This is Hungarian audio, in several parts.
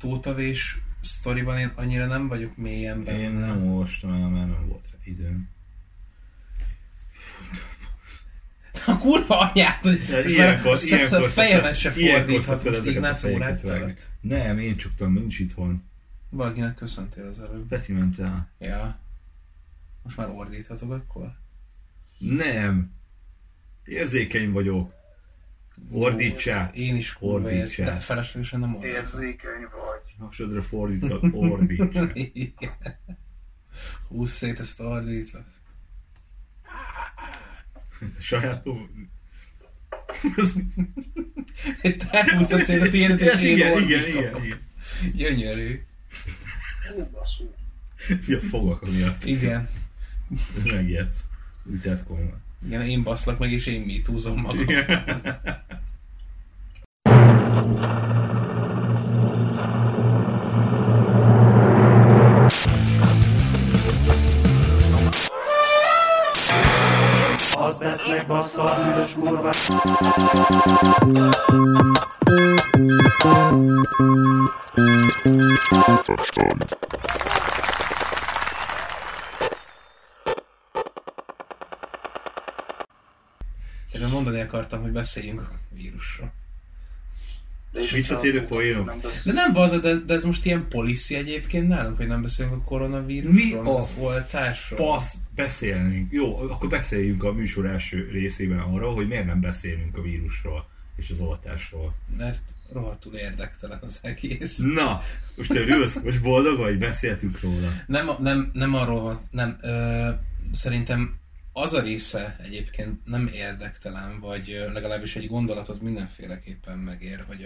tótavés sztoriban én annyira nem vagyok mélyen benne. Én nem olvastam el, mert nem volt rá időm. A kurva anyát, hogy most a fejemet se fordíthat, most Ignác órát tart. Nem, én csuktam, nincs itthon. Valakinek köszöntél az előbb. Peti ment el. Ja. Most már ordíthatok akkor? Nem. Érzékeny vagyok. Ordítsál. Én is kurva érzem, de feleslegesen nem ordítom. Érzékeny vagy. Hasodra fordítva, ordítsál. Húsz szét ezt ordítva. Sajátom. Te húzod szét a tiédet, és én ordítom. Igen. Gyönyörű. Ó, basszú. Szia, fogak miatt. Igen. Megijedsz. Ütett komolyan. Igen, én baszlak meg, és én mitúzom magam. Az vesznek bassza a bűnös kurva. Én mondani akartam, hogy beszéljünk a vírusról. Visszatérő poénok. De nem baza, de ez most ilyen policy egyébként nálunk, hogy nem beszélünk a koronavírusról, Mi a az oltásról. fasz beszélnénk? Jó, akkor beszéljünk a műsor első részében arról, hogy miért nem beszélünk a vírusról és az oltásról. Mert rohadtul érdektelen az egész. Na, most te ülsz, most boldog vagy? Beszéltünk róla. Nem arról van, szerintem az a része egyébként nem érdektelen, vagy legalábbis egy gondolatot mindenféleképpen megér, hogy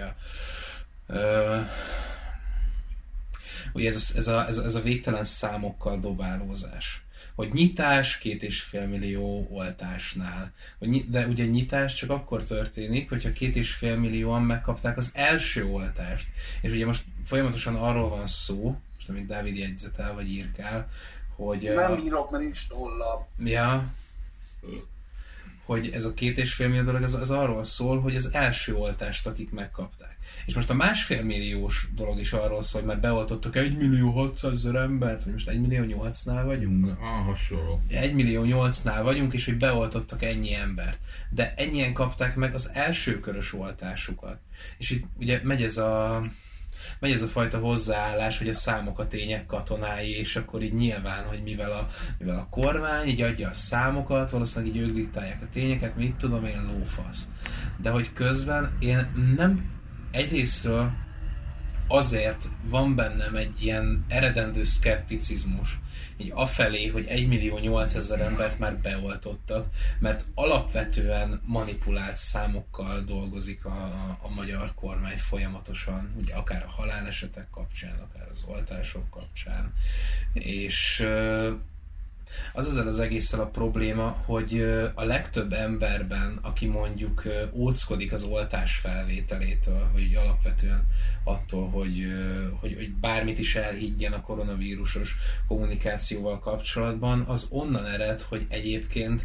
ugye ez a végtelen számokkal dobálózás. Hogy nyitás 2,5 millió oltásnál. De ugye nyitás csak akkor történik, hogyha 2,5 millióan megkapták az első oltást. És ugye most folyamatosan arról van szó, most amit Dávid jegyzetel, vagy írkál, hogy... Nem írok, mert nincs tollam. Ja, hogy ez a 2,5 millió dolog, ez arról szól, hogy az első oltást, akik megkapták. És most a 1,5 milliós dolog is arról szól, hogy már beoltottak 1.600.000 embert, vagy most 1.800.000-nál vagyunk? Hasonló. 1.800.000-nál vagyunk, és hogy beoltottak ennyi embert. De ennyien kapták meg az első körös oltásukat. És itt ugye megy ez a fajta hozzáállás, hogy a számok a tények katonái, és akkor így nyilván, hogy mivel a kormány így adja a számokat, valószínűleg így ők diktálják a tényeket, mit tudom én, lófasz. De hogy közben én nem egyrésztről azért van bennem egy ilyen eredendő szkepticizmus, így afelé, hogy 1.800.000 embert már beoltottak, mert alapvetően manipulált számokkal dolgozik a magyar kormány folyamatosan, ugye akár a halálesetek kapcsán, akár az oltások kapcsán. És az ezzel az egésszel a probléma, hogy a legtöbb emberben, aki mondjuk óckodik az oltás felvételétől, vagy alapvetően attól, hogy bármit is elhiggyen a koronavírusos kommunikációval kapcsolatban, az onnan ered, hogy egyébként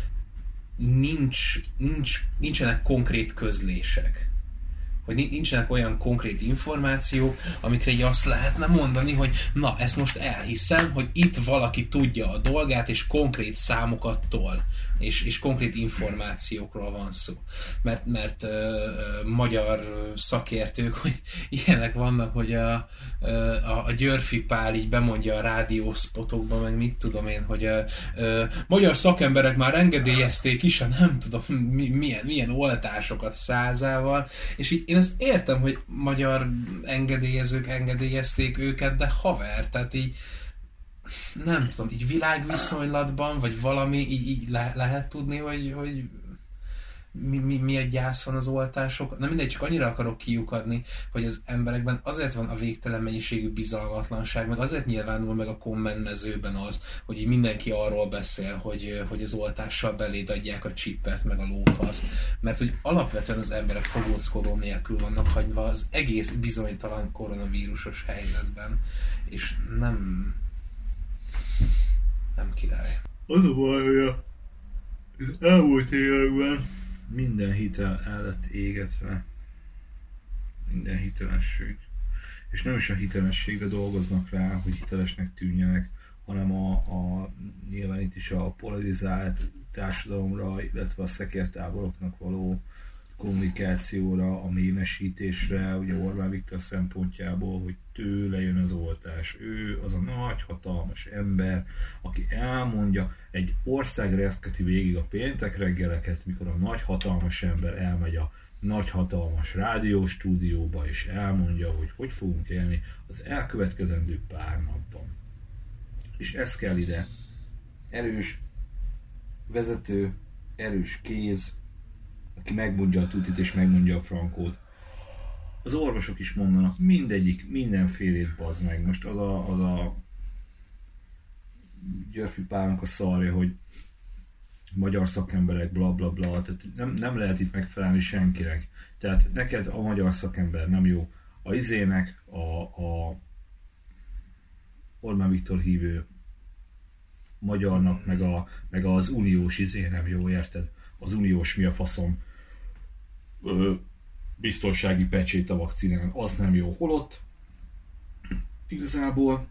nincsenek konkrét közlések. Hogy nincsenek olyan konkrét információk, amikre így azt lehetne mondani, hogy na, ezt most elhiszem, hogy itt valaki tudja a dolgát, és konkrét számokat tol, és konkrét információkról van szó. Mert magyar szakértők, hogy ilyenek vannak, hogy a Györfi Pál így bemondja a rádiószpotokban, meg mit tudom én, hogy magyar szakemberek már engedélyezték is, nem tudom milyen oltásokat százával, és így én ezt értem, hogy magyar engedélyezők engedélyezték őket, de haver, tehát így nem tudom, így világviszonylatban, vagy valami, így lehet tudni, hogy mi a gyász van az oltások. Na mindegy, csak annyira akarok kiukadni, hogy az emberekben azért van a végtelen mennyiségű bizalmatlanság, meg azért nyilvánul meg a kommentmezőben az, hogy így mindenki arról beszél, hogy az oltással beléd adják a csippet, meg a lófasz. Mert hogy alapvetően az emberek fogóckodó nélkül vannak hagyva az egész bizonytalan koronavírusos helyzetben. És nem király. Az a baj, hogy az elmúlt években minden hitel el lett égetve. Minden hitelesség. és nem is a hitelességre dolgoznak rá, hogy hitelesnek tűnjenek, hanem nyilván itt is a polarizált társadalomra, illetve a szekértáboroknak való kommunikációra, a mémesítésre, ugye Orbán Viktor szempontjából, hogy tőle jön az oltás. Ő az a nagy, hatalmas ember, aki elmondja, egy ország reszketi végig a péntek reggeleket, mikor a nagy, hatalmas ember elmegy a nagy, hatalmas rádióstúdióba, és elmondja, hogy fogunk élni az elkövetkezendő pár napban. És ez kell ide. Erős vezető, erős kéz, aki megmondja a tutit és megmondja a frankót. Az orvosok is mondanak, mindegyik, mindenfélét bazd meg. Most az a Györfi Pálnak a szarja, hogy magyar szakemberek, bla bla bla, tehát nem lehet itt megfelelni senkinek. Tehát neked a magyar szakember nem jó. A izének, a Orbán Viktor hívő magyarnak, meg az uniós izé nem jó, érted? Az uniós mi a faszom biztonsági pecsét a vakcinán, az nem jó. Holott igazából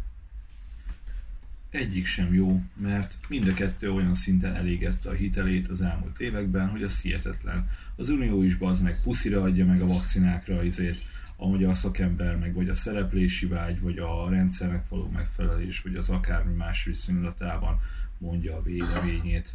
egyik sem jó, mert mind a kettő olyan szinten elégette a hitelét az elmúlt években, hogy az hihetetlen. Az unió is bazd meg puszira adja meg a vakcinákra izét, a magyar szakember, meg vagy a szereplési vágy, vagy a rendszernek való megfelelés, vagy az akármi más viszonylatában mondja a véleményét.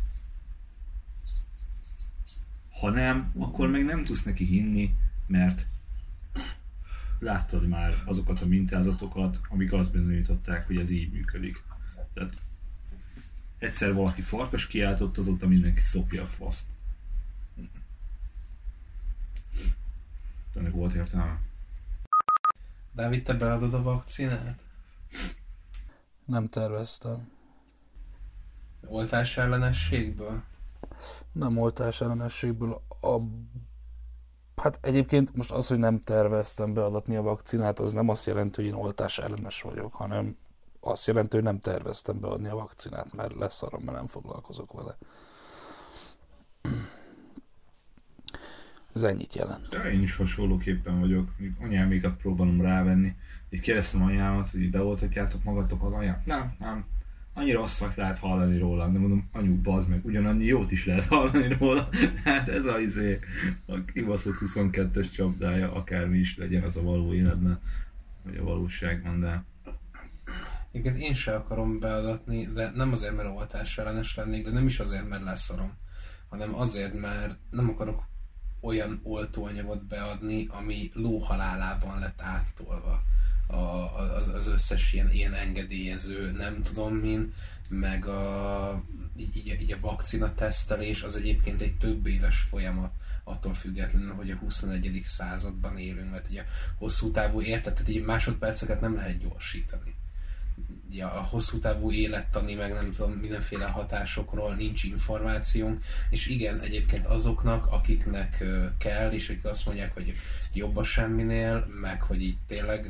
Ha nem, akkor meg nem tudsz neki hinni, mert láttad már azokat a mintázatokat, amik azt bizonyították, hogy ez így működik. Tehát egyszer valaki farkas kiáltott, azóta mindenki szopja a faszt. Ennek volt értelme. Dávid, te beadod a vakcinát? Nem terveztem. Oltás ellenességből? Nem oltás ellenességből. Hát egyébként most az, hogy nem terveztem beadatni a vakcinát, az nem azt jelenti, hogy én oltás ellenes vagyok, hanem azt jelenti, hogy nem terveztem beadni a vakcinát, mert leszarom, mert nem foglalkozok vele. Ez ennyit jelent. De én is hasonlóképpen vagyok. Anyámékat próbálom rávenni. Így kérdeztem anyámat, hogy beoltatjátok magatokat, anyám? Nem. Annyira rosszat lehet hallani róla, de mondom, anyu, bazd meg, ugyanannyi jót is lehet hallani róla. Hát ez a kibaszott 22-es csapdája, akármi is legyen az a való életben, vagy a valóságban, de... Igen, én se akarom beadatni, de nem azért, mert oltás ellenes lennék, de nem is azért, mert leszarom, hanem azért, mert nem akarok olyan oltóanyagot beadni, ami lóhalálában lett áttolva. Az összes ilyen engedélyező, nem tudom min, meg így a vakcina tesztelés az egyébként egy több éves folyamat, attól függetlenül, hogy a 21. században élünk, mert ugye hosszú távú tehát így másodperceket nem lehet gyorsítani. Ja, a hosszú távú élettani, meg nem tudom, mindenféle hatásokról nincs információnk, és igen, egyébként azoknak, akiknek kell, és akik azt mondják, hogy jobb a semminél, meg hogy így tényleg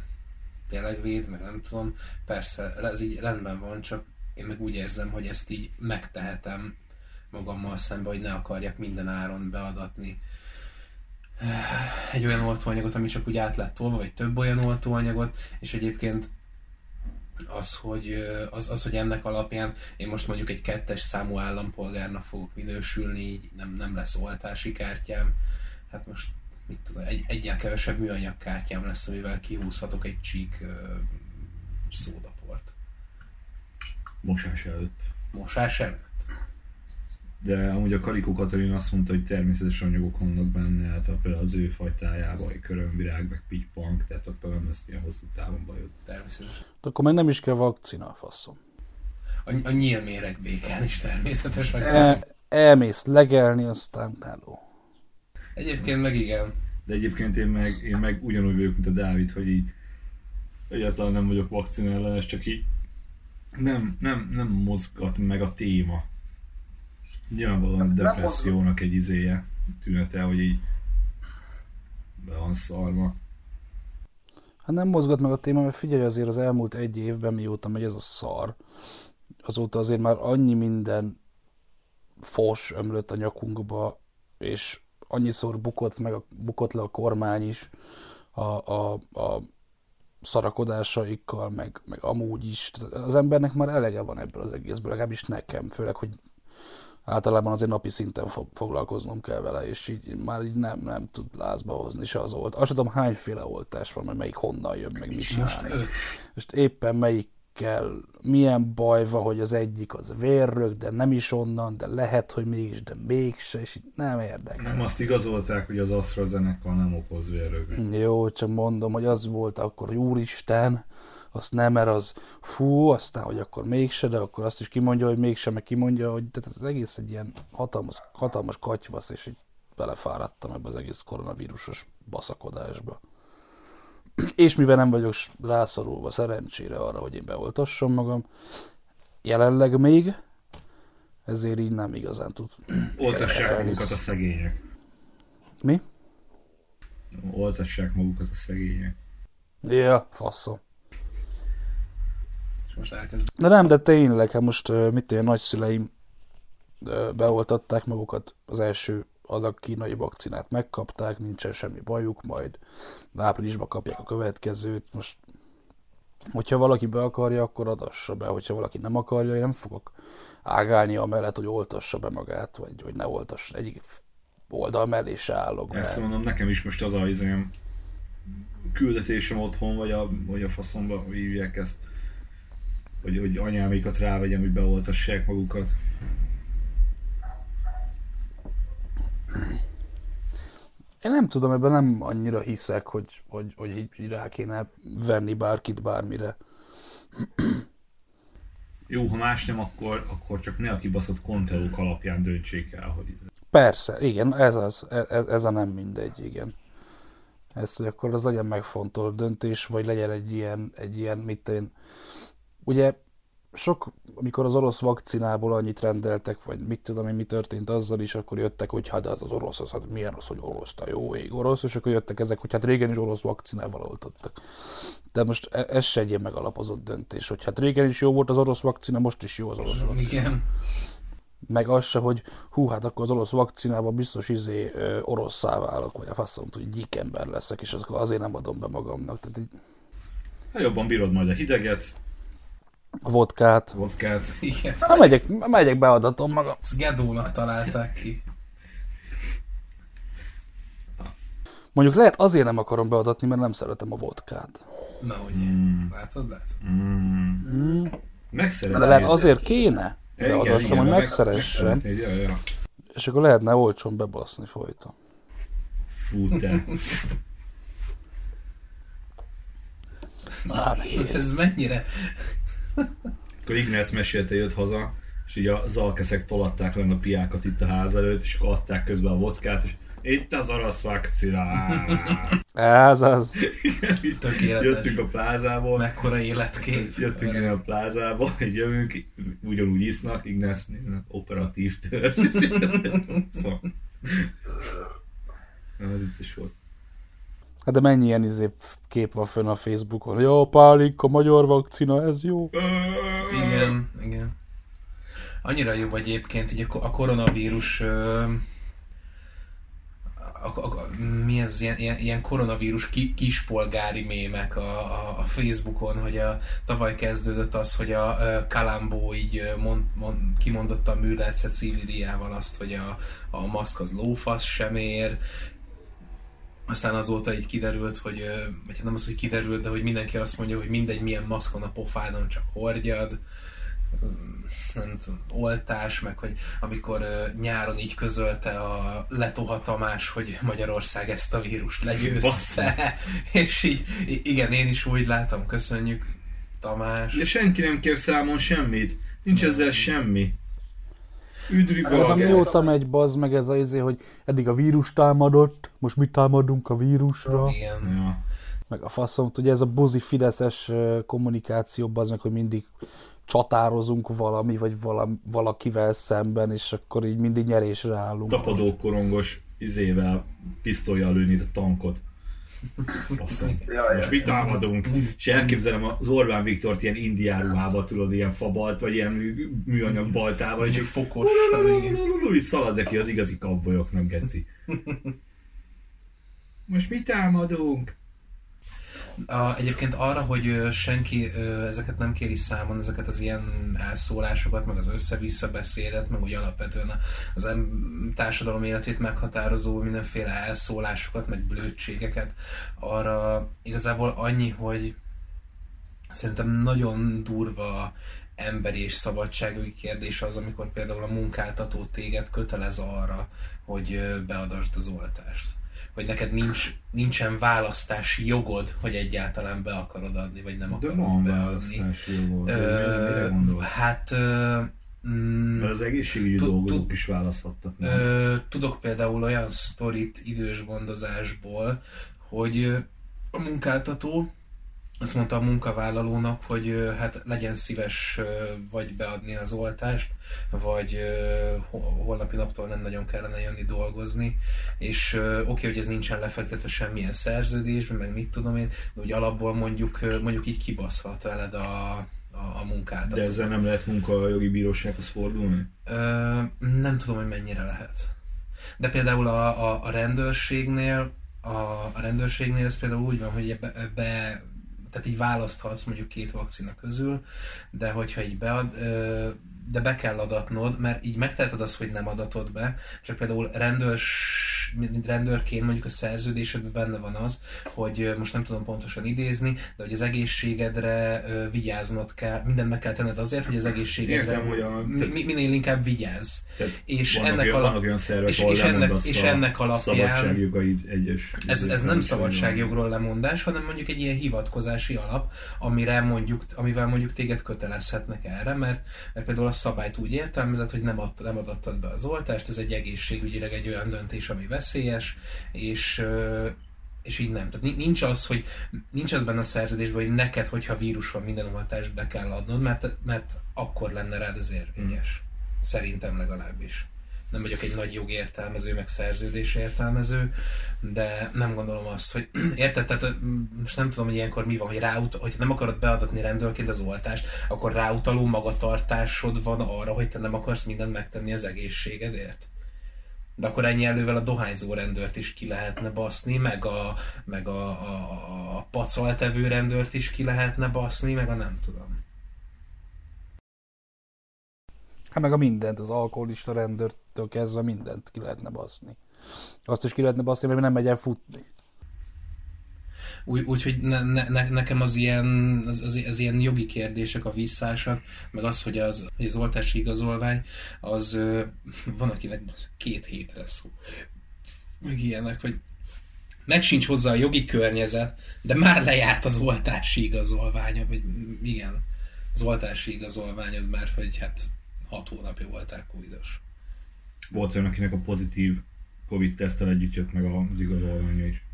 véd, meg nem tudom, persze, ez így rendben van, csak én meg úgy érzem, hogy ezt így megtehetem magammal szembe, hogy ne akarjak minden áron beadatni egy olyan oltóanyagot, ami csak úgy át lett tolva, vagy több olyan oltóanyagot, és egyébként az, hogy ennek alapján én most mondjuk egy 2-es számú állampolgárnak fogok minősülni, így nem lesz oltási kártyám, hát most mit tudom, egyel kevesebb műanyag kártyám lesz, amivel kihúzhatok egy csík szódaport. Mosás előtt. Mosás előtt? De amúgy a Karikó Katalin azt mondta, hogy természetes anyagok vannak benne, hát például az ő fajtájában, egy körömvirág, meg pitypank, tehát attól nem lesz ilyen hosszú távon bajod. Természetes. De akkor meg nem is kell vakcina, faszom. A nyílméregbékán is természetesen. Elmész legelni, aztán hello. Egyébként meg igen. De egyébként én meg ugyanúgy vagyok, mint a Dávid, hogy így egyáltalán nem vagyok vakcina ellenes, csak így nem mozgat meg a téma. Nyilvánvalóan a depressziónak egy izéje, tünete, hogy így be van szarva. Hát nem mozgat meg a téma, mert figyelj, azért az elmúlt egy évben, mióta megy ez a szar, azóta azért már annyi minden fos ömlött a nyakunkba, és annyiszor bukott le a kormány is, a szarakodásaikkal, meg amúgy is. Az embernek már elege van ebből az egészből, legalábbis nekem, főleg, hogy általában azért napi szinten foglalkoznom kell vele, és így már így nem tud lázba hozni se az olt. Azt tudom, hányféle oltás van, mert melyik honnan jön, meg mit csinálni. Most éppen melyikkel, milyen baj van, hogy az egyik az vérrög, de nem is onnan, de lehet, hogy mégis, de mégse, és így nem érdekel. Nem azt igazolták, hogy az AstraZeneca nem okoz vérrögöt. Jó, csak mondom, hogy az volt akkor, hogy úristen, azt nem, mert az fú, aztán, hogy akkor mégse, de akkor azt is kimondja, hogy mégse, meg kimondja, hogy tehát az egész egy ilyen hatalmas katyvasz, és így belefáradtam ebbe az egész koronavírusos baszakodásba. És mivel nem vagyok rászorulva szerencsére arra, hogy én beoltassam magam, jelenleg még, ezért így nem igazán tud. Oltassák magukat a szegények. Mi? Oltassák magukat a szegények. Ja, faszom. Most elkezd. De nem, de tényleg, hát most mit ilyen nagyszüleim beoltatták magukat, az első adag kínai vakcinát megkapták, nincsen semmi bajuk, majd áprilisban kapják a következőt. Most, hogyha valaki be akarja, akkor adassa be, hogyha valaki nem akarja, én nem fogok ágálni amellett, hogy oltassa be magát, vagy hogy ne oltassa. Egyik oldal mellé se állok. Ezt mondom, nekem is most az a küldetésem otthon, vagy a faszomba hívják ezt, hogy anyámékat rávegyem, hogy beoltassák magukat. Én nem tudom, ebben nem annyira hiszek, hogy így rá kéne venni bárkit bármire. Jó, ha más nem, akkor csak ne a kibaszott konteók alapján döntsék el, hogy... Persze, igen, ez a nem mindegy, igen. Ez, hogy akkor az legyen megfontolt döntés, vagy legyen egy ilyen mit én... Ugye amikor az orosz vakcinából annyit rendeltek, vagy mit tudom én, mi történt azzal is, akkor jöttek, hogy hát az orosz, az hát milyen az, hogy orosz, a jó ég orosz, és akkor jöttek ezek, hogy hát régen is orosz vakcinával oltottak. De most ez se egy ilyen megalapozott döntés, hogy hát régen is jó volt az orosz vakcina, most is jó az orosz vakcina. Igen. Meg az se, hogy hát akkor az orosz vakcinában biztos orosszá válok, vagy a faszom, hogy gyík ember leszek, és azért nem adom be magamnak. Tehát így... Ha jobban bírod majd a hideget, a vodkát. Igen. Megyek, beadatom magam. Ezt Gedónak találták ki. Mondjuk lehet azért nem akarom beadatni, mert nem szeretem a vodkát. Na, hogy látod? megszeretnéd. De lehet azért kéne beadassam, hogy megszeressem. Ja. És akkor lehetne olcsón bebaszni folyton. Fú, te. Ez mennyire... Akkor Ignác mesélte, jött haza, és így a zalkeszek tolatták lenne a piákat itt a ház előtt, és akkor adták közben a vodkát, és itt az orosz vakcina. Ez az. Tökéletes. Jöttünk a plázából. Mekkora életkép. Jöttünk a plázából, így jövünk, ugyanúgy isznak, Ignác operatív törzs. Szóval. Ez itt is volt. Hát de mennyi ilyen kép van fönn a Facebookon, hogy jó, pálinka, magyar vakcina, ez jó. Igen. Annyira jobb egyébként, hogy a koronavírus... mi ez, ilyen koronavírus kispolgári mémek a Facebookon, hogy tavaly kezdődött az, hogy a Kalambó így kimondotta a Müller Cecíliával azt, hogy a maszk az lófasz sem ér. Aztán azóta így kiderült, vagy nem az, hogy kiderült, de hogy mindenki azt mondja, hogy mindegy milyen maszkon a pofádon, csak hordjad. Nem tudom, oltás, meg hogy amikor nyáron így közölte a Letoha Tamás, hogy Magyarország ezt a vírust legyőzte. És így, igen, én is úgy látom, köszönjük, Tamás. De senki nem kér számon semmit. Nincs ezzel semmi. Ebben mióta megy bazd meg ez az, hogy eddig a vírus támadott, most mi támadunk a vírusra. Igen. Ja. Meg a faszom, ugye ez a buzi fideszes kommunikáció, bazd meg, hogy mindig csatározunk valami, vagy valakivel szemben, és akkor így mindig nyerésre állunk. Tapadókorongos pisztollyal lőni a tankot. Basszom. Most mit támadunk? És elképzelem az Orbán Viktort ilyen indián ruhába, tudod, ilyen fabalt, vagy ilyen műanyag baltával, és egy fokos. Így szalad neki az igazi cowboyoknak, geci. Most mit támadunk? Egyébként arra, hogy senki ezeket nem kéri számon, ezeket az ilyen elszólásokat, meg az össze-vissza beszédet, meg úgy alapvetően az társadalom életét meghatározó mindenféle elszólásokat, meg blödségeket, arra igazából annyi, hogy szerintem nagyon durva emberi és szabadságjogi kérdés az, amikor például a munkáltató téged kötelez arra, hogy beadasd az oltást. Hogy neked nincsen választási jogod, hogy egyáltalán be akarod adni, vagy nem akarod beadni. De van választási jogod. Mire gondolsz? Hát... Mert az egészségügyi dolgozók is választhattak. Tudok például olyan sztorit idős gondozásból, hogy a munkáltató azt mondta a munkavállalónak, hogy hát legyen szíves vagy beadni az oltást, vagy holnapi naptól nem nagyon kellene jönni dolgozni, és oké, hogy ez nincsen lefektetve semmilyen szerződésben, meg mit tudom én, de úgy alapból mondjuk így kibaszhat veled a munkáltató. De ezzel nem lehet munkajogi bírósághoz fordulni? Nem tudom, hogy mennyire lehet. De például a rendőrségnél ez például úgy van, hogy tehát így választhatsz mondjuk 2 vakcina közül, de hogyha így de be kell adatnod, mert így megteheted azt, hogy nem adatod be, csak például rendőrként mondjuk a szerződésedben benne van az, hogy most nem tudom pontosan idézni, de hogy az egészségedre vigyáznod kell, mindent meg kell tenned azért, hogy az egészségedre értem, hogy minél inkább vigyázz. És vannak olyan szervek, ahol lemondasz ennek alapján szabadságjogaid egyes... Ez nem szabadságjogról lemondás, hanem mondjuk egy ilyen hivatkozási alap, amivel mondjuk téged kötelezhetnek erre, mert például a szabályt úgy értelmezett, hogy nem adattad be az oltást, ez egy egészségügyileg egy olyan döntés, ami veszélyes, és így nem. Tehát nincs az benne a szerződésben, hogy neked, hogyha vírus van, minden oltást be kell adnod, mert akkor lenne rád ez érvényes. Szerintem legalábbis. Nem vagyok egy nagy jogértelmező, meg szerződés értelmező, de nem gondolom azt, hogy érted? Tehát most nem tudom, hogy ilyenkor mi van, hogy nem akarod beadatni rendőrként az oltást, akkor ráutaló magatartásod van arra, hogy te nem akarsz mindent megtenni az egészségedért. De akkor ennyi elővel a dohányzó rendőrt is ki lehetne baszni, meg a pacaltevő rendőrt is ki lehetne baszni, meg a nem tudom. Hát meg a mindent, az alkoholista rendőrtől kezdve mindent ki lehetne baszni. Azt is ki lehetne baszni, mert nem megy el futni. Úgyhogy nekem az ilyen jogi kérdések, a visszásak, meg az, hogy az oltási igazolvány, az van akinek 2 hétre szó. Meg ilyenek, hogy meg sincs hozzá a jogi környezet, de már lejárt az oltási igazolványod, vagy igen, az oltási igazolványod, mert hogy hát 6 hónapja voltál covidos. Volt olyan, akinek a pozitív Covid-teszttel együtt jött meg az igazolványa is.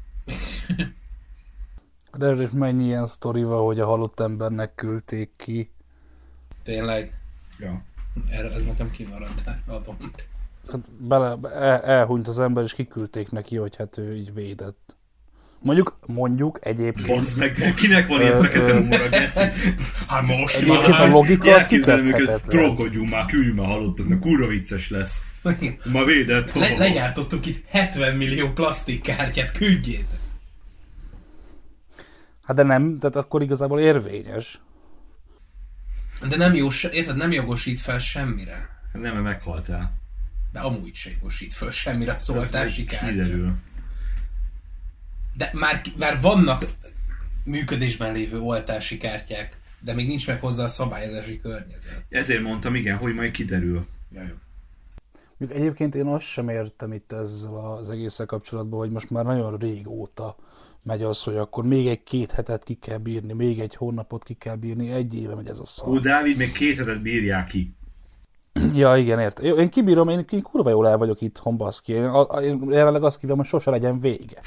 De erről is mennyi ilyen sztori van, hogy a halott embernek küldték ki. Tényleg? Ja. Ez nekem kimaradt, adom. Tehát elhunyt az ember, és kiküldték neki, hogy hát ő így védett. Mondjuk egyébként... Basz meg, kinek van ilyen fekete humor a geci? Hát most egyébként már, a logika az kiteszthetetlen. Trollkodjunk már, küldjünk már halottaknak, kurva vicces lesz. Ma védett. Legyártottuk itt 70 millió plastikkártyát, küldjétek. Hát de nem, tehát akkor igazából érvényes. De nem jó, érted, nem jogosít fel semmire. Nem, mert meghaltál. De amúgy se jogosít fel semmire az oltási kártya. De már vannak működésben lévő oltási kártyák, de még nincs meg hozzá a szabályozási környezet. Ezért mondtam, igen, hogy majd kiderül. Jaj. Egyébként én azt sem értem itt ezzel az egésszel kapcsolatban, hogy most már nagyon régóta megy az, hogy akkor még egy 2 hetet ki kell bírni, még egy hónapot ki kell bírni, 1 éve megy ez a szar. Ó, Dávid, még 2 hetet bírják ki. Ja, igen, értem. Én kibírom, én kurva jól el vagyok itthon, baszki. Én jelenleg azt kívánom, hogy sose legyen vége.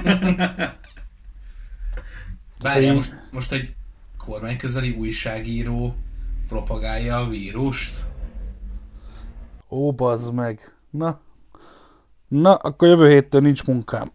Várjál, most egy kormányközeli újságíró propagálja a vírust? Ó, bazd meg. Na, akkor jövő héttől nincs munkám.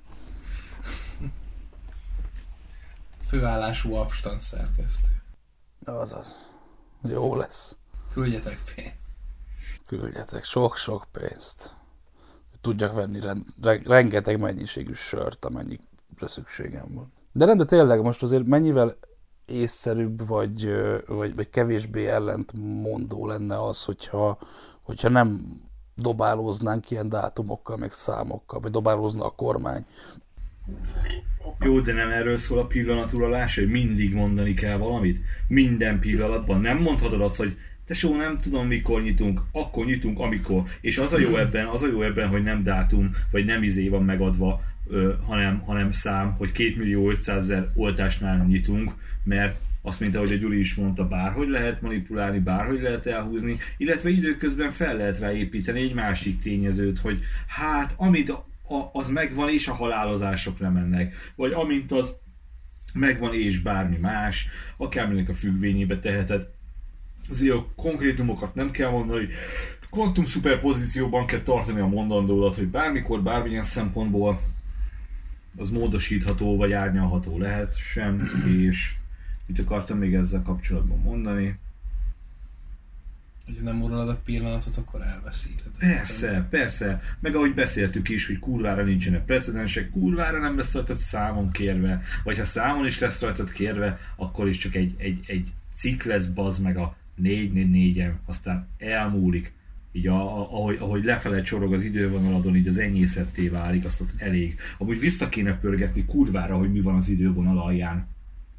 Főállású abstant szerkesztő. Azaz. Jó lesz. Küldjetek pénzt. Küldjetek sok-sok pénzt. Tudjak venni rengeteg mennyiségű sört, amennyire szükségem van. De rendben tényleg most azért mennyivel észszerűbb, vagy kevésbé ellentmondó lenne az, hogyha nem dobálóznánk ilyen dátumokkal, meg számokkal, vagy dobálózna a kormány. Jó, de nem erről szól a pillanaturalás, hogy mindig mondani kell valamit? Minden pillanatban. Nem mondhatod azt, hogy tesó, nem tudom mikor nyitunk, akkor nyitunk, amikor. És az a jó ebben, hogy nem dátum, vagy nem van megadva, hanem szám, hogy 2.500.000 oltásnál nyitunk, mert azt, mint ahogy a Gyuri is mondta, bárhogy lehet manipulálni, bárhogy lehet elhúzni, illetve időközben fel lehet ráépíteni egy másik tényezőt, hogy hát, amit az megvan, és a halálozások nem mennek. Vagy amint az megvan, és bármi más, akárminek a függvényébe teheted. Azért a konkrétumokat nem kell mondani, hogy kvantum szuperpozícióban kell tartani a mondandódat, hogy bármikor, bármilyen szempontból az módosítható, vagy árnyalható lehet sem, és mit akartam még ezzel kapcsolatban mondani? Hogyha nem uralod a pillanatot, akkor elveszíted. Persze. Meg ahogy beszéltük is, hogy kurvára nincsenek precedensek, kurvára nem lesz rajtad számon kérve, vagy ha számon is lesz rajtad kérve, akkor is csak egy cikk lesz, bazd meg a 4-4-4-en, aztán elmúlik. Így ahogy lefele csorog az idővonaladon, így az enyészetté válik, azt ott elég. Amúgy vissza kéne pörgetni kurvára, hogy mi van az idővonal alján.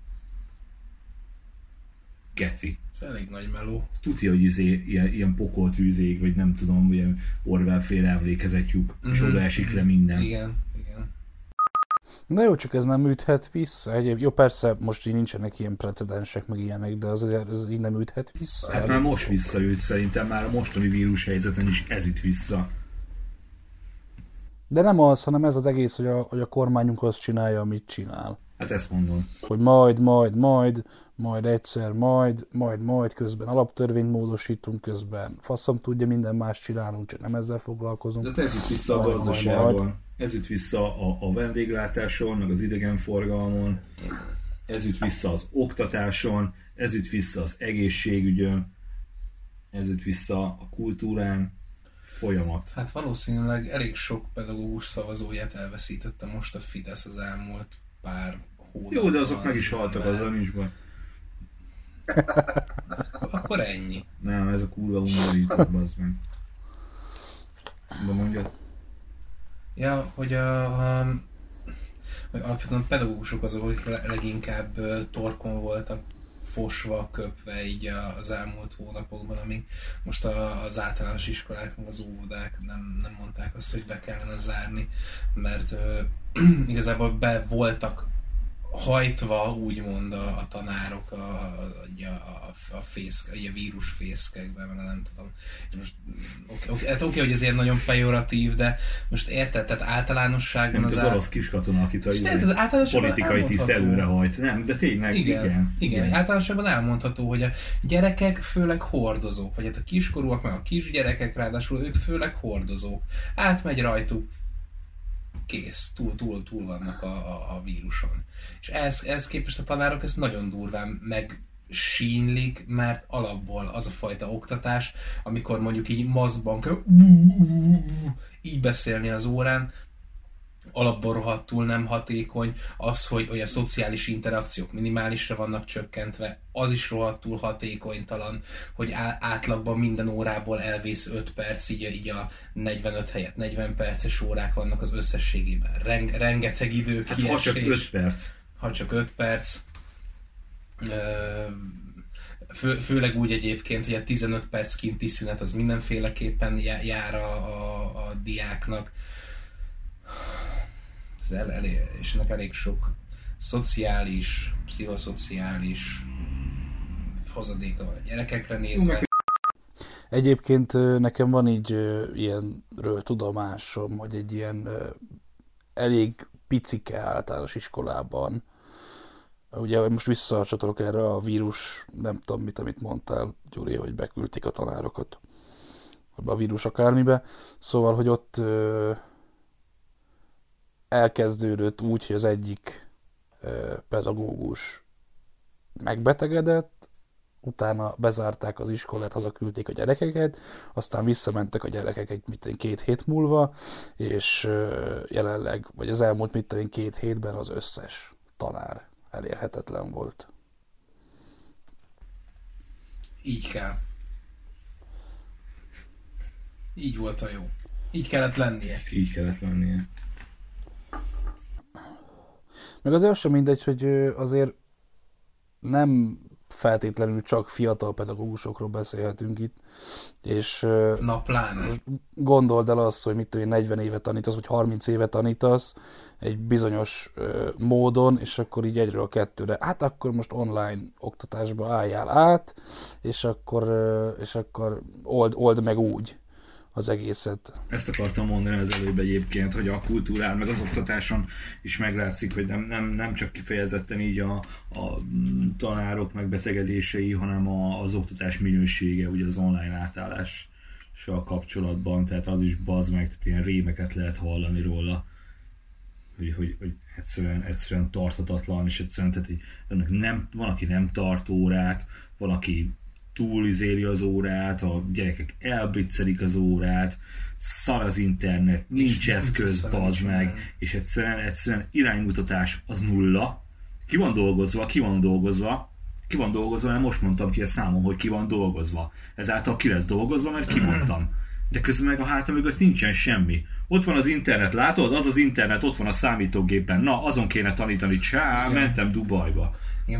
Geci. Ez elég nagy meló. Tudja, hogy ilyen pokoltűzég, vagy nem tudom, ilyen Orwell-féle emlékezetjük, és oda esik le minden. Igen. Na jó, csak ez nem üthet vissza. Jó, persze most így nincsenek ilyen precedensek, meg ilyenek, de ez így nem üthet vissza. Hát már most visszaüt, szerintem már a mostani vírushelyzeten is ez üt vissza. De nem az, hanem ez az egész, hogy a kormányunk azt csinálja, amit csinál. Hát ezt mondom. Hogy majd egyszer, majd, közben alaptörvényt módosítunk, közben faszom tudja, minden más csinálunk, csak nem ezzel foglalkozunk. De ez üt vissza a gazdaságban. Ez üt vissza a vendéglátáson, meg az idegenforgalmon, ez üt vissza az oktatáson, ez üt vissza az egészségügyön, ez üt vissza a kultúrán, folyamat. Hát valószínűleg elég sok pedagógus szavazóját elveszítette most a Fidesz az elmúlt pár hónapban. Jó, de azok meg is haltak, azzal nincs baj. Akkor ennyi. Nem, ez a kurva undorító, bazd meg. De mondja. Ja, hogy hogy alapvetően a pedagógusok azok, akik leginkább torkon voltak fosva, köpve így az elmúlt hónapokban, amíg most az általános iskolák, meg az óvodák nem mondták azt, hogy be kellene zárni, mert igazából be voltak hajtva, úgymond a tanárok a vírusfészkekben, meg nem tudom. Most, oké, hogy ezért nagyon pejoratív, de most érted, tehát általánosságban az orosz kiskatona, akit a politikai tiszt előrehajt. Nem, de tényleg, igen. Általánosságban elmondható, hogy a gyerekek főleg hordozók, vagy hát a kiskorúak, meg a kisgyerekek ráadásul ők főleg hordozók. Átmegy rajtuk, kész, túl vannak a víruson. És ehhez képest a tanárok ezt nagyon durván megsínlik, mert alapból az a fajta oktatás, amikor mondjuk így maszkban kell így beszélni az órán, alapból rohadtul nem hatékony, az, hogy a szociális interakciók minimálisra vannak csökkentve, az is rohadtul hatékonytalan, hogy átlagban minden órából elvész 5 perc, így a 45 helyett 40 perces órák vannak az összességében. Rengeteg idő kiesés. Ha csak 5 perc. Ha csak 5 perc. Főleg úgy egyébként, hogy a 15 perc kinti szünet az mindenféleképpen jár a diáknak. És ennek elég sok szociális, pszichoszociális hozadéka van a gyerekekre nézve. Egyébként nekem van így ilyenről tudomásom, hogy egy ilyen elég picike általános iskolában, ugye most visszacsatolok erre a vírus, nem tudom mit, amit mondtál, Gyuri, hogy beküldték a tanárokat a vírus akármibe, szóval, hogy ott elkezdődött úgy, hogy az egyik pedagógus megbetegedett, utána bezárták az iskolát, hazaküldték a gyerekeket, aztán visszamentek a gyerekek 2 hét múlva, és jelenleg, vagy az elmúlt 2 hétben az összes tanár elérhetetlen volt. Így kell. Így volt a jó. Így kellett lennie. Így kellett lennie. Meg azért az sem mindegy, hogy azért nem feltétlenül csak fiatal pedagógusokról beszélhetünk itt, és Na pláne. gondold el azt, hogy mit tudom én, 40 éve tanítasz, vagy 30 éve tanítasz egy bizonyos módon, és akkor így egyről kettőre, hát akkor most online oktatásba álljál át, és akkor old meg úgy az egészet. Ezt akartam mondani az előbb egyébként, hogy a kultúrán, meg az oktatáson is meglátszik, hogy nem csak kifejezetten így a tanárok megbetegedései, hanem az oktatás minősége, ugye az online átállással kapcsolatban, tehát az is bazd meg, tehát ilyen rémeket lehet hallani róla, hogy egyszerűen tarthatatlan, és egyszerűen, tehát így, van, aki nem tart órát, van, aki túlizéli az órát, a gyerekek elblitzelik az órát, szar az internet, nincs eszköz, bazd meg, és egyszerűen iránymutatás az nulla. Ki van dolgozva, mert most mondtam ki a számom, hogy ki van dolgozva. Ezáltal ki lesz dolgozva, mert kimondtam. De közben meg a hátam mögött nincsen semmi. Ott van az internet, látod? Az az internet, ott van a számítógépen. Na, azon kéne tanítani. Mentem Dubajba. Igen,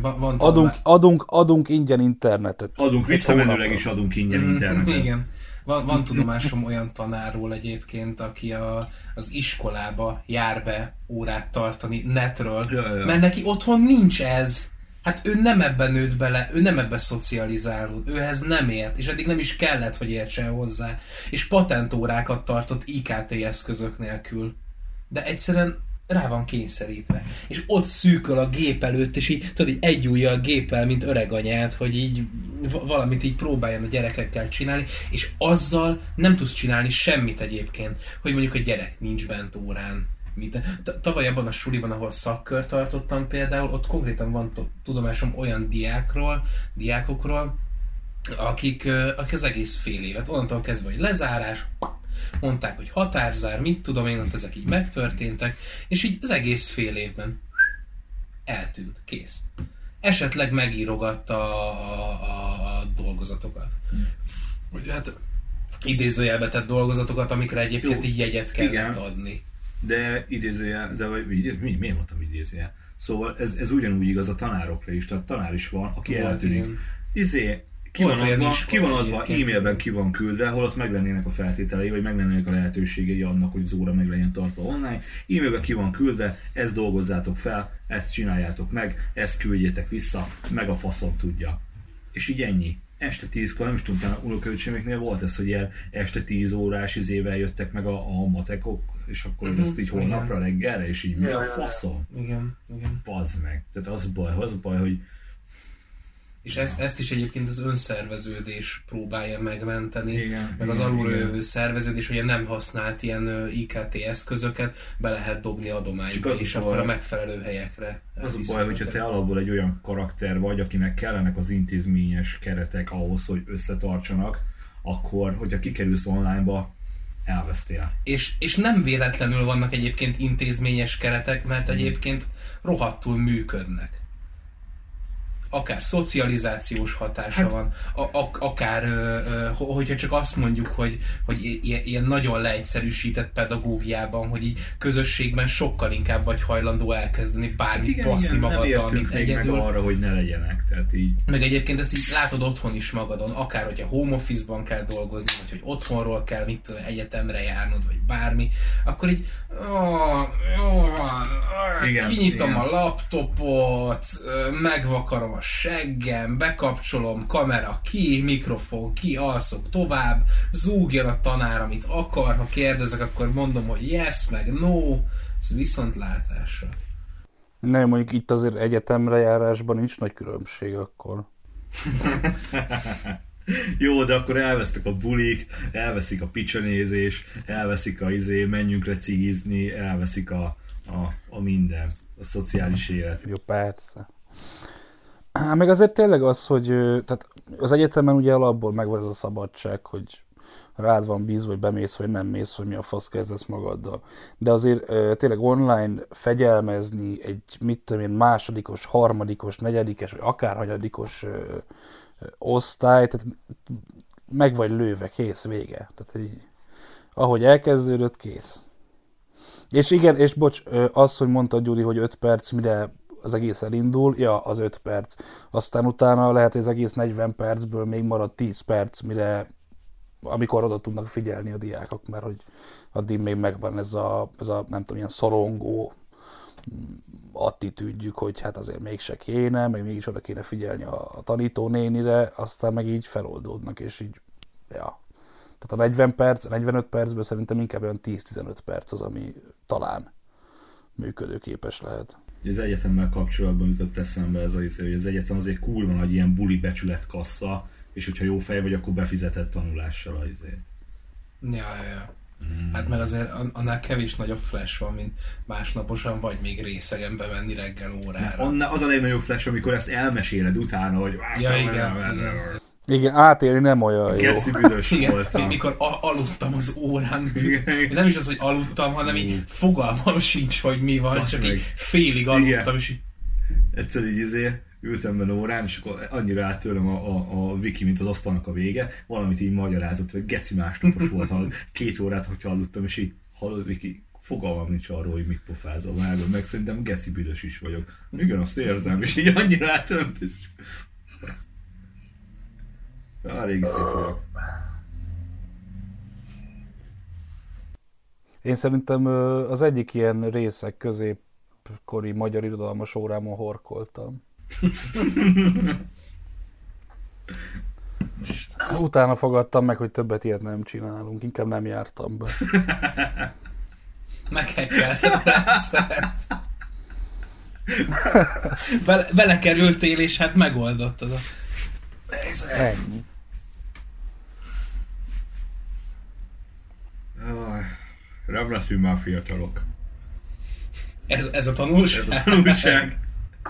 Adunk ingyen internetet. Visszamenőleg is adunk ingyen internetet. Igen. Van tudomásom olyan tanárról egyébként, aki az iskolába jár be órát tartani netről, mert neki otthon nincs ez. Hát ő nem ebben nőtt bele, ő nem ebben szocializálód, őhez nem ért, és eddig nem is kellett, hogy értsen hozzá. És patentórákat tartott IKT eszközök nélkül. De egyszerűen rá van kényszerítve. És ott szűköl a gép előtt, és így, tudod, így egy ujjal gépel, mint öreg anyát, hogy így valamit így próbáljon a gyerekekkel csinálni, és azzal nem tudsz csinálni semmit egyébként, hogy mondjuk a gyerek nincs bent órán. Tavaly abban a suliban, ahol szakkört tartottam például, ott konkrétan van tudomásom olyan diákokról, akik az egész fél évet, onnantól kezdve, hogy lezárás, mondták, hogy határzár, mit tudom én, ott ezek így megtörténtek, és így az egész fél évben eltűnt, kész. Esetleg megírogatta a dolgozatokat. Vagy hát idézőjelbe tett dolgozatokat, amikre egyébként így jegyet kellett adni. De idézőjel, miért mondtam idézőjel? Szóval ez ugyanúgy igaz a tanárokra is, tehát tanár is van, aki eltűnik. Ki van adva, e-mailben ki van küldve, holott meg lennének a feltételei, vagy meg lennének a lehetőségei annak, hogy az óra meg legyen tartva online. E-mailben ki van küldve, ezt dolgozzátok fel, ezt csináljátok meg, ezt küldjétek vissza, meg a faszom tudja. És így ennyi. Este 10-kor, nem is tudom, a unokaöcsémeknél volt ez, hogy ilyen este 10 órás izével jöttek meg a matekok, és akkor ezt így holnapra reggelre, és így mi a faszom? Igen. Bazd meg. Tehát az a baj, hogy... És ezt is egyébként az önszerveződés próbálja megmenteni, meg az igen. alulról jövő szerveződés, hogy nem használt ilyen IKT eszközöket be lehet dobni adományba, és akkor a megfelelő helyekre. Az a baj, hogyha te alapból egy olyan karakter vagy, akinek kellenek az intézményes keretek ahhoz, hogy összetartsanak, akkor, hogyha kikerülsz onlineba, elvesztél. És nem véletlenül vannak egyébként intézményes keretek, mert egyébként rohadtul működnek. Akár szocializációs hatása van, akár, hogyha csak azt mondjuk, hogy ilyen nagyon leegyszerűsített pedagógiában, hogy így közösségben sokkal inkább vagy hajlandó elkezdeni bármit baszni magaddal, mint egyedül. Meg arra, hogy ne legyenek. Tehát így. Meg egyébként ezt így látod otthon is magadon, akár hogyha home office-ban kell dolgozni, vagy hogy otthonról kell egyetemre járnod, vagy bármi, akkor így kinyitom a laptopot, megvakarom a seggem, bekapcsolom, kamera ki, mikrofon ki, alszok tovább, zúgjon a tanár, amit akar, ha kérdezek, akkor mondom, hogy yes, meg no, ez viszontlátásra. Nem, mondjuk itt azért egyetemre járásban nincs nagy különbség akkor. Jó, de akkor elvesztek a bulik, elveszik a picsanézés, elveszik a menjünkre cigizni, elveszik a minden, a szociális élet. Jó, persze. Meg azért tényleg az, hogy tehát az egyetemen ugye alapból megvan ez a szabadság, hogy rád van bízva, vagy bemész, vagy nem mész, vagy mi a fasz kezdesz magaddal. De azért tényleg online fegyelmezni egy, mit tudom én, másodikos, harmadikos, negyedikes, vagy akárhanyadikos osztály, tehát meg vagy lőve, kész, vége. Tehát így, ahogy elkezdődött, kész. És igen, és bocs, az, hogy mondta Gyuri, hogy 5 perc, mire az egész elindul, ja, az 5 perc. Aztán utána lehet, hogy az egész 40 percből még marad 10 perc, amikor oda tudnak figyelni a diákok, mert hogy addig még megvan ez a nem tudom, ilyen szorongó attitűdjük, hogy hát azért mégse kéne, meg mégis oda kéne figyelni a tanítónénire, aztán meg így feloldódnak, és így, ja. Tehát a 40 perc, 45 percből szerintem inkább olyan 10-15 perc az, ami talán működőképes lehet. Az egyetemmel kapcsolatban jutott eszembe ez hogy az egyetem azért kurva nagy ilyen buli becsületkassa, és hogyha jó fej vagy, akkor befizetett tanulással azért. Ja. Hát meg azért annál kevés nagyobb flash van, mint másnaposan, vagy még részegen bemenni reggel órára. Az a legnagyobb flash, amikor ezt elmeséled utána, hogy Igen, átélni nem olyan jó. Geci büdös voltam. Mikor aludtam az órán. Nem is az, hogy aludtam, hanem így fogalmam sincs, hogy mi van, csak így félig aludtam, és így... Egyszer így ültem benne órán, és akkor annyira állt tőlem a wiki, mint az asztalnak a vége, valamit így magyarázott, hogy geci másnapos volt, 2 órát, hogyha aludtam, és így hallod, Viki, fogalmam nincs arról, hogy mit pofázol vágod, meg szerintem geci büdös is vagyok. Igen, azt érzem, és így annyira állt tőlem, régi szép vagyok. Én szerintem az egyik ilyen részek középkori magyar irodalmas órámon horkoltam. Utána fogadtam meg, hogy többet ilyet nem csinálunk, inkább nem jártam be. Meghekkelted a rendszert. Belekerültél, és hát megoldottad a helyzetet. Ennyi. Nem leszünk már fiatalok. Ez a tanulság? Ez a tanulság.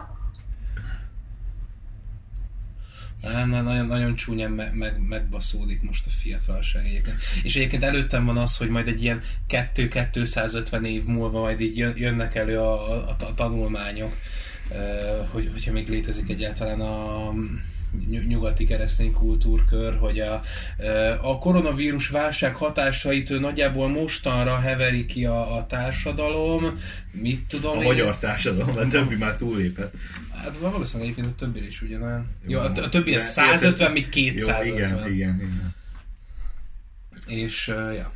Nagyon csúnyán megbaszódik most a fiatalság egyébként. És egyébként előttem van az, hogy majd egy ilyen 200-250 év múlva majd így jönnek elő a tanulmányok, hogyha még létezik egyáltalán a nyugati keresztény kultúrkör, hogy a koronavírus válság hatásait nagyjából mostanra heveri ki a társadalom, mit tudom a én. magyar társadalom, mert többi már túllépett. Hát valószínűleg egyébként a többi is ugyanolyan. Jó, a többi a 150, még 250. Jó, igen. És, ja.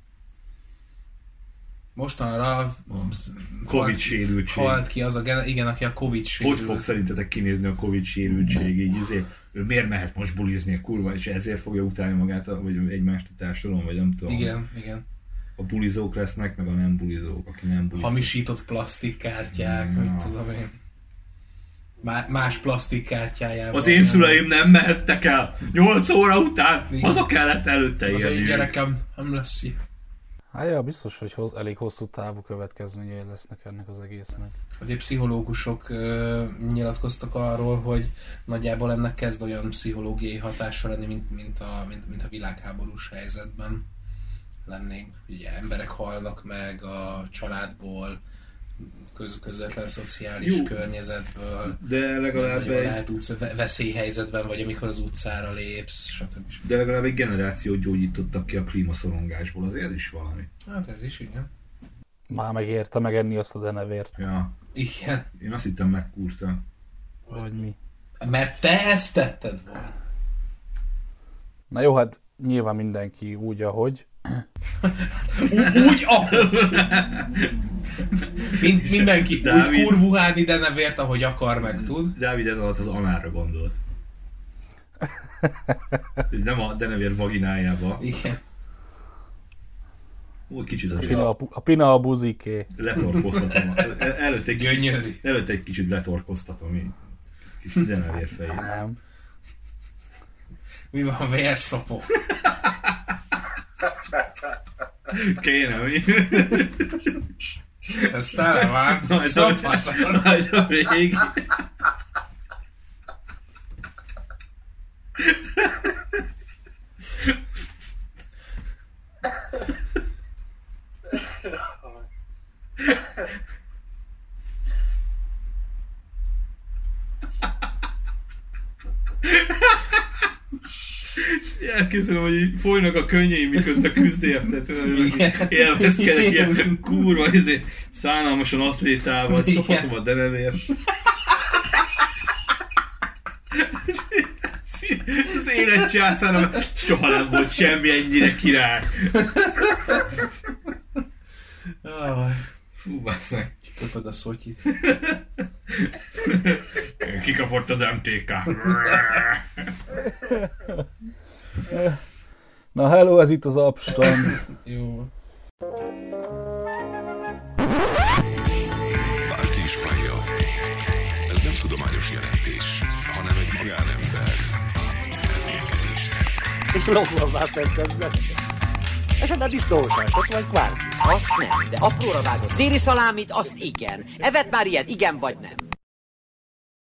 Mostanra Covid sérültség. Halt ki az igen, aki a Covid sérült. Hogy fog szerintetek kinézni a Covid sérültség? Így ő miért mehet most bulizni a kurva, és ezért fogja utálni magát, vagy egymást a társadalom, vagy nem tudom. Igen. A bulizók lesznek, meg a nem bulizók, aki nem bulizók. Hamisított plastikkártyák, mit tudom én. Más plastikkártyájával. Az én szüleim nem mehettek el 8 óra után, haza kellett előtte élni. Az én gyerekem nem lesz így. Hát ja, biztos, hogy elég hosszú távú következményei lesznek ennek az egésznek. Ugye pszichológusok nyilatkoztak arról, hogy nagyjából ennek kezd olyan pszichológiai hatása lenni, mint a világháborús helyzetben lennénk. Ugye emberek halnak meg a családból, közvetlen szociális környezetből. De legalább lehet veszélyhelyzetben vagy, amikor az utcára lépsz, stb. De legalább egy generációt gyógyítottak ki a klímaszorongásból, azért is valami. Hát ez is, igen. Már megérte megenni azt a denevért. Ja. Igen. Én azt hittem megkúrta. Vagy mi? Mert te ezt tetted volna. Na jó, hát nyilván mindenki úgy, ahogy. Úgy, ahogy. Mindenki Dávid, úgy kurvuhálni denevért, ahogy akar, meg tud. Dávid ez alatt az anára gondolt. Nem a denevér vaginájába. Igen. Ó, kicsit az A pina a buziké. letorkoztatom. Gyönyörű. Előtte egy kicsit letorkoztatom így. Kis denevér fejét. Nem. Mi van, vérszopó? Kéne, mi? Ez tele van. Majd a végig. Elképzelem, hogy így folynak a könnyeim, miközben küzd érted, élvezkedek ilyen kurva, szánalmasan atlétával, szopatom a denevért. Az élet császára soha nem volt semmi ennyire király. Fú, basszak. Kapod a szotyit. Kikapott az MTK. Na hello, ez itt az Abstand. Jó. Bárki is hallja. Ez nem tudományos jelentés, hanem egy magánember elmélkedése. És lombolvá tettem. Esetleg disznóság, ott vagy kvárki. Azt nem, de apróra vágott téli szalámit, azt igen. Evet már ilyet, igen vagy nem?